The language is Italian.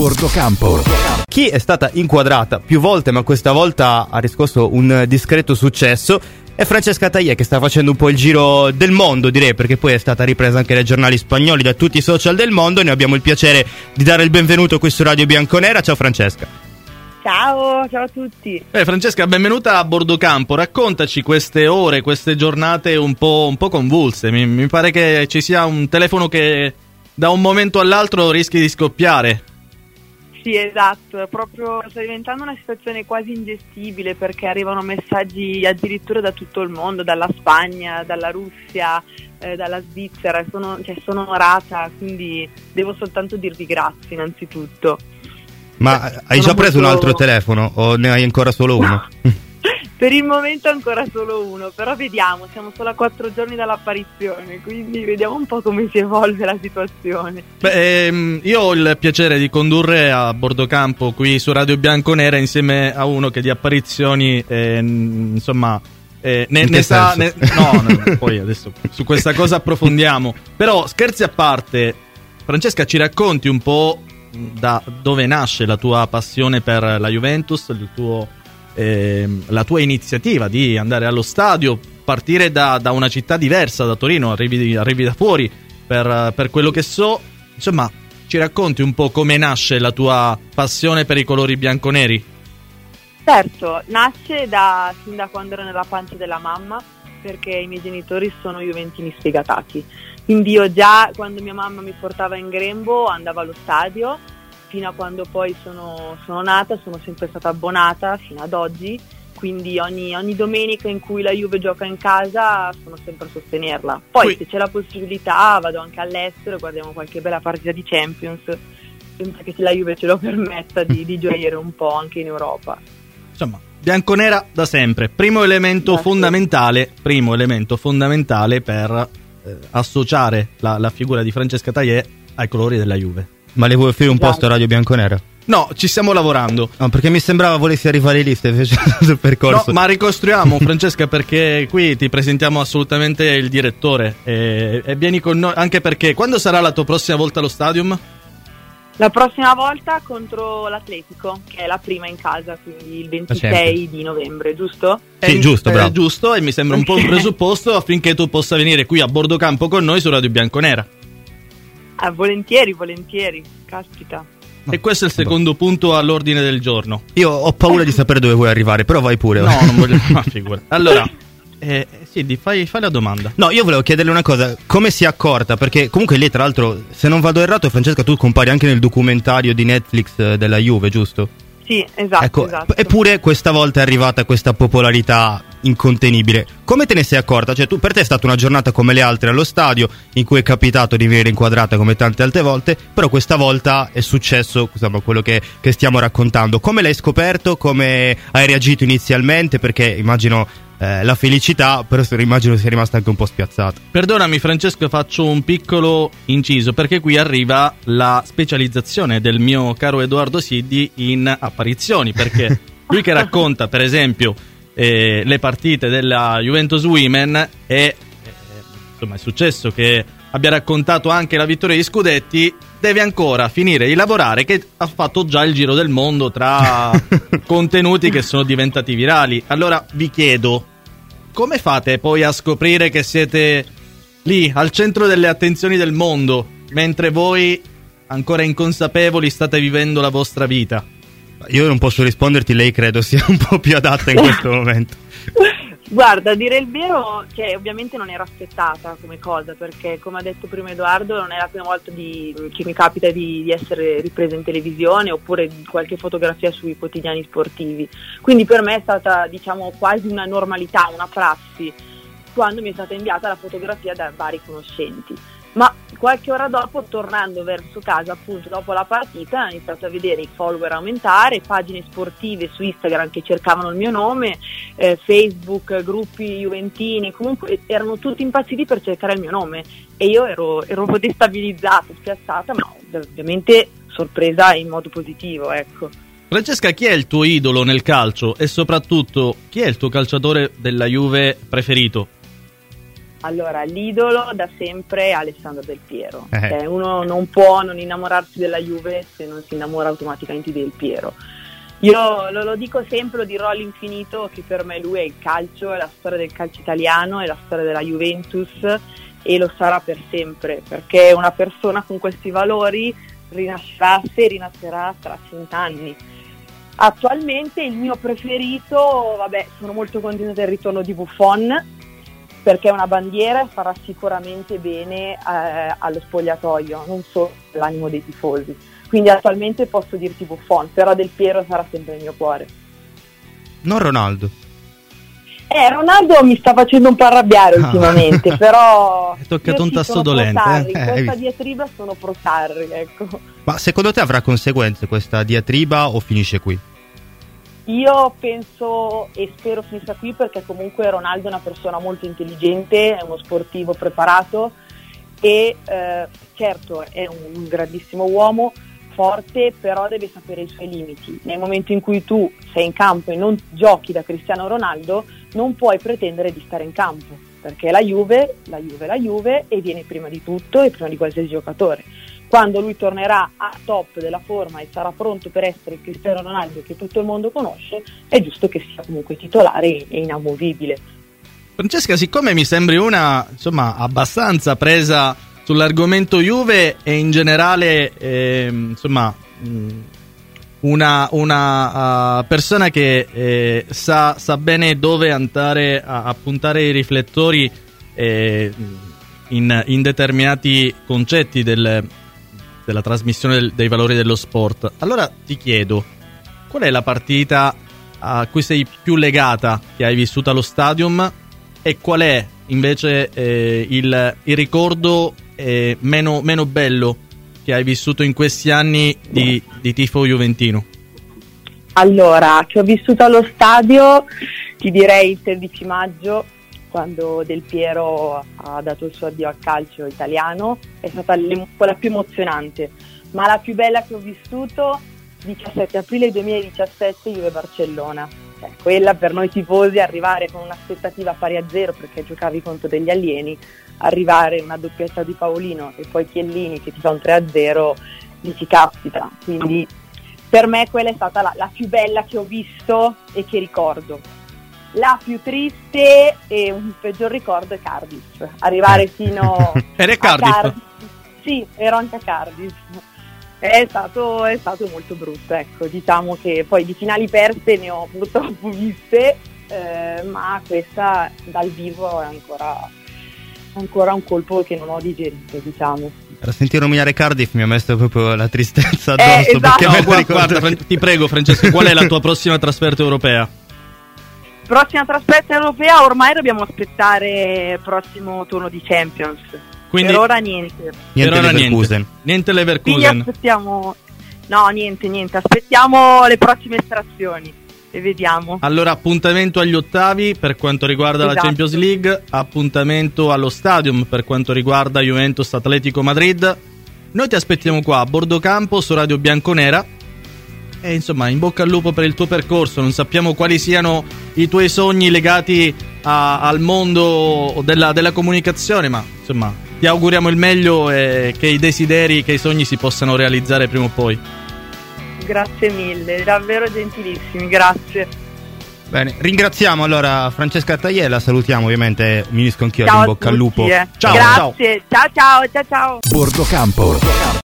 Bordo Campo. Chi è stata inquadrata più volte, ma questa volta ha riscosso un discreto successo, è Francesca Taillé, che sta facendo un po' il giro del mondo, direi, perché poi è stata ripresa anche dai giornali spagnoli, da tutti i social del mondo, e noi abbiamo il piacere di dare il benvenuto qui su Radio Bianconera. Ciao Francesca. Ciao a tutti. Francesca, benvenuta a Bordo Campo. Raccontaci queste ore, queste giornate un po' convulse. Mi pare che ci sia un telefono che da un momento all'altro rischi di scoppiare. Sì, esatto, proprio sta diventando una situazione quasi ingestibile, perché arrivano messaggi addirittura da tutto il mondo, dalla Spagna, dalla Russia, dalla Svizzera. Sono onorata, quindi devo soltanto dirvi grazie innanzitutto. Ma hai già preso un altro telefono o ne hai ancora solo uno? Per il momento ancora solo uno, però vediamo, siamo solo a 4 giorni dall'apparizione, quindi vediamo un po' come si evolve la situazione. Io ho il piacere di condurre a Bordo Campo qui su Radio Bianconera insieme a uno che di apparizioni ne sa. No, poi adesso su questa cosa approfondiamo. Però scherzi a parte, Francesca, ci racconti un po' da dove nasce la tua passione per la Juventus, la tua iniziativa di andare allo stadio, partire da una città diversa, da Torino, arrivi da fuori per quello che so. Insomma, ci racconti un po' come nasce la tua passione per i colori bianconeri? Certo, nasce sin da quando ero nella pancia della mamma, perché i miei genitori sono juventini sfegatati. Quindi io già quando mia mamma mi portava in grembo andavo allo stadio, fino a quando poi sono nata, sono sempre stata abbonata fino ad oggi, quindi ogni domenica in cui la Juve gioca in casa sono sempre a sostenerla. Poi se c'è la possibilità vado anche all'estero, guardiamo qualche bella partita di Champions, sempre che la Juve ce lo permetta di gioire un po' anche in Europa. Insomma, bianconera da sempre, primo elemento fondamentale per associare la figura di Francesca Taillé ai colori della Juve. Ma le vuoi offrire un posto a Radio Bianconera? No, ci stiamo lavorando. No, perché mi sembrava volessi arrivare lì, stai facendo sul percorso. No, ma ricostruiamo, Francesca, perché qui ti presentiamo assolutamente il direttore e vieni con noi, anche perché quando sarà la tua prossima volta allo stadium? La prossima volta contro l'Atletico, che è la prima in casa, quindi il 26 di novembre, giusto? Sì, giusto, bravo. Giusto, e mi sembra un po' un presupposto affinché tu possa venire qui a Bordo Campo con noi su Radio Bianconera. Volentieri, caspita. E questo è il secondo punto all'ordine del giorno. Io ho paura di sapere dove vuoi arrivare, però vai pure. No, non voglio. Ma figura. Allora, fai la domanda. No, io volevo chiederle una cosa, come si è accorta? Perché comunque lei, tra l'altro, se non vado errato, Francesca, tu compari anche nel documentario di Netflix della Juve, giusto? Sì, esatto, ecco, esatto. Eppure questa volta è arrivata questa popolarità incontenibile. Come te ne sei accorta? Cioè, per te è stata una giornata come le altre allo stadio, in cui è capitato di venire inquadrata come tante altre volte, però questa volta è successo, insomma, quello che stiamo raccontando. Come l'hai scoperto? Come hai reagito inizialmente? Perché immagino la felicità, però immagino sia rimasta anche un po' spiazzata. Perdonami Francesco, faccio un piccolo inciso, perché qui arriva la specializzazione del mio caro Edoardo Siddi in apparizioni, perché lui che racconta per esempio le partite della Juventus Women e insomma è successo che abbia raccontato anche la vittoria di Scudetti, deve ancora finire di lavorare, che ha fatto già il giro del mondo tra contenuti che sono diventati virali. Allora vi chiedo, come fate poi a scoprire che siete lì al centro delle attenzioni del mondo, mentre voi ancora inconsapevoli state vivendo la vostra vita? Io non posso risponderti, lei credo sia un po' più adatta in questo momento. Guarda, a dire il vero, cioè, ovviamente non ero aspettata come cosa, perché come ha detto prima Edoardo non è la prima volta che mi capita di essere ripresa in televisione oppure di qualche fotografia sui quotidiani sportivi, quindi per me è stata, diciamo, quasi una normalità, una prassi, quando mi è stata inviata la fotografia da vari conoscenti. Ma qualche ora dopo, tornando verso casa, appunto dopo la partita, ho iniziato a vedere i follower aumentare, pagine sportive su Instagram che cercavano il mio nome, Facebook, gruppi juventini, comunque erano tutti impazziti per cercare il mio nome e io ero un po' destabilizzata, spiazzata, ma ovviamente sorpresa in modo positivo, ecco. Francesca, chi è il tuo idolo nel calcio e soprattutto chi è il tuo calciatore della Juve preferito? Allora, l'idolo da sempre è Alessandro Del Piero. Cioè, uno non può non innamorarsi della Juve se non si innamora automaticamente di Del Piero. Io lo dico sempre, lo dirò all'infinito, che per me lui è il calcio, è la storia del calcio italiano, è la storia della Juventus e lo sarà per sempre, perché una persona con questi valori rinascerà, se rinascerà, tra 100 anni. Attualmente il mio preferito, sono molto contenta del ritorno di Buffon, perché è una bandiera e farà sicuramente bene allo spogliatoio, non solo all'animo dei tifosi. Quindi attualmente posso dirti Buffon, però Del Piero sarà sempre nel mio cuore. Non Ronaldo. Ronaldo mi sta facendo un po' arrabbiare ultimamente, però è toccato un tasto dolente. Questa diatriba sono pro Sarri, ecco. Ma secondo te avrà conseguenze questa diatriba o finisce qui? Io penso e spero finisca qui, perché comunque Ronaldo è una persona molto intelligente, è uno sportivo preparato e certo è un grandissimo uomo, forte, però deve sapere i suoi limiti. Nel momento in cui tu sei in campo e non giochi da Cristiano Ronaldo, non puoi pretendere di stare in campo, perché la Juve e viene prima di tutto e prima di qualsiasi giocatore. Quando lui tornerà a top della forma e sarà pronto per essere il Cristiano Ronaldo che tutto il mondo conosce, è giusto che sia comunque titolare e inamovibile. Francesca, siccome mi sembri una abbastanza presa sull'argomento Juve e in generale una persona che sa bene dove andare a puntare i riflettori in determinati concetti della trasmissione dei valori dello sport, allora ti chiedo, qual è la partita a cui sei più legata, che hai vissuto allo Stadium, e qual è invece il ricordo meno bello che hai vissuto in questi anni di tifo juventino? Allora, che ho vissuto allo stadio, ti direi il 13 maggio, quando Del Piero ha dato il suo addio al calcio italiano. È stata quella più emozionante, ma la più bella che ho vissuto, 17 aprile 2017, Juve-Barcellona. Quella per noi tifosi, arrivare con un'aspettativa pari a 0 perché giocavi contro degli alieni, arrivare una doppietta di Paolino e poi Chiellini che ti fa un 3-0, dici caspita. Quindi per me quella è stata la più bella che ho visto e che ricordo. La più triste e un peggior ricordo è Cardiff, arrivare fino a Cardiff. Sì, ero anche a Cardiff. È stato molto brutto, ecco. Diciamo che poi di finali perse ne ho purtroppo viste, ma questa dal vivo è ancora un colpo che non ho digerito, diciamo. Per sentire nominare Cardiff mi ha messo proprio la tristezza addosso. Esatto. Perché guarda, ti prego Francesco, qual è la tua prossima trasferta europea? Prossima trasferta europea, ormai dobbiamo aspettare il prossimo turno di Champions. Quindi, per ora niente. Niente Leverkusen. Niente Leverkusen. Quindi aspettiamo. No, niente. Aspettiamo le prossime estrazioni e vediamo. Allora, appuntamento agli ottavi per quanto riguarda la Champions League, appuntamento allo Stadium per quanto riguarda Juventus Atletico Madrid. Noi ti aspettiamo qua a bordo campo su Radio Bianconera. E insomma, in bocca al lupo per il tuo percorso. Non sappiamo quali siano i tuoi sogni legati al mondo della comunicazione, ma insomma ti auguriamo il meglio e che i desideri, che i sogni si possano realizzare prima o poi. Grazie mille, davvero gentilissimi, grazie. Bene, ringraziamo allora Francesca Taiella, salutiamo ovviamente, mi unisco anch'io, ciao in bocca al lupo. Ciao. Grazie, ciao. Bordo campo.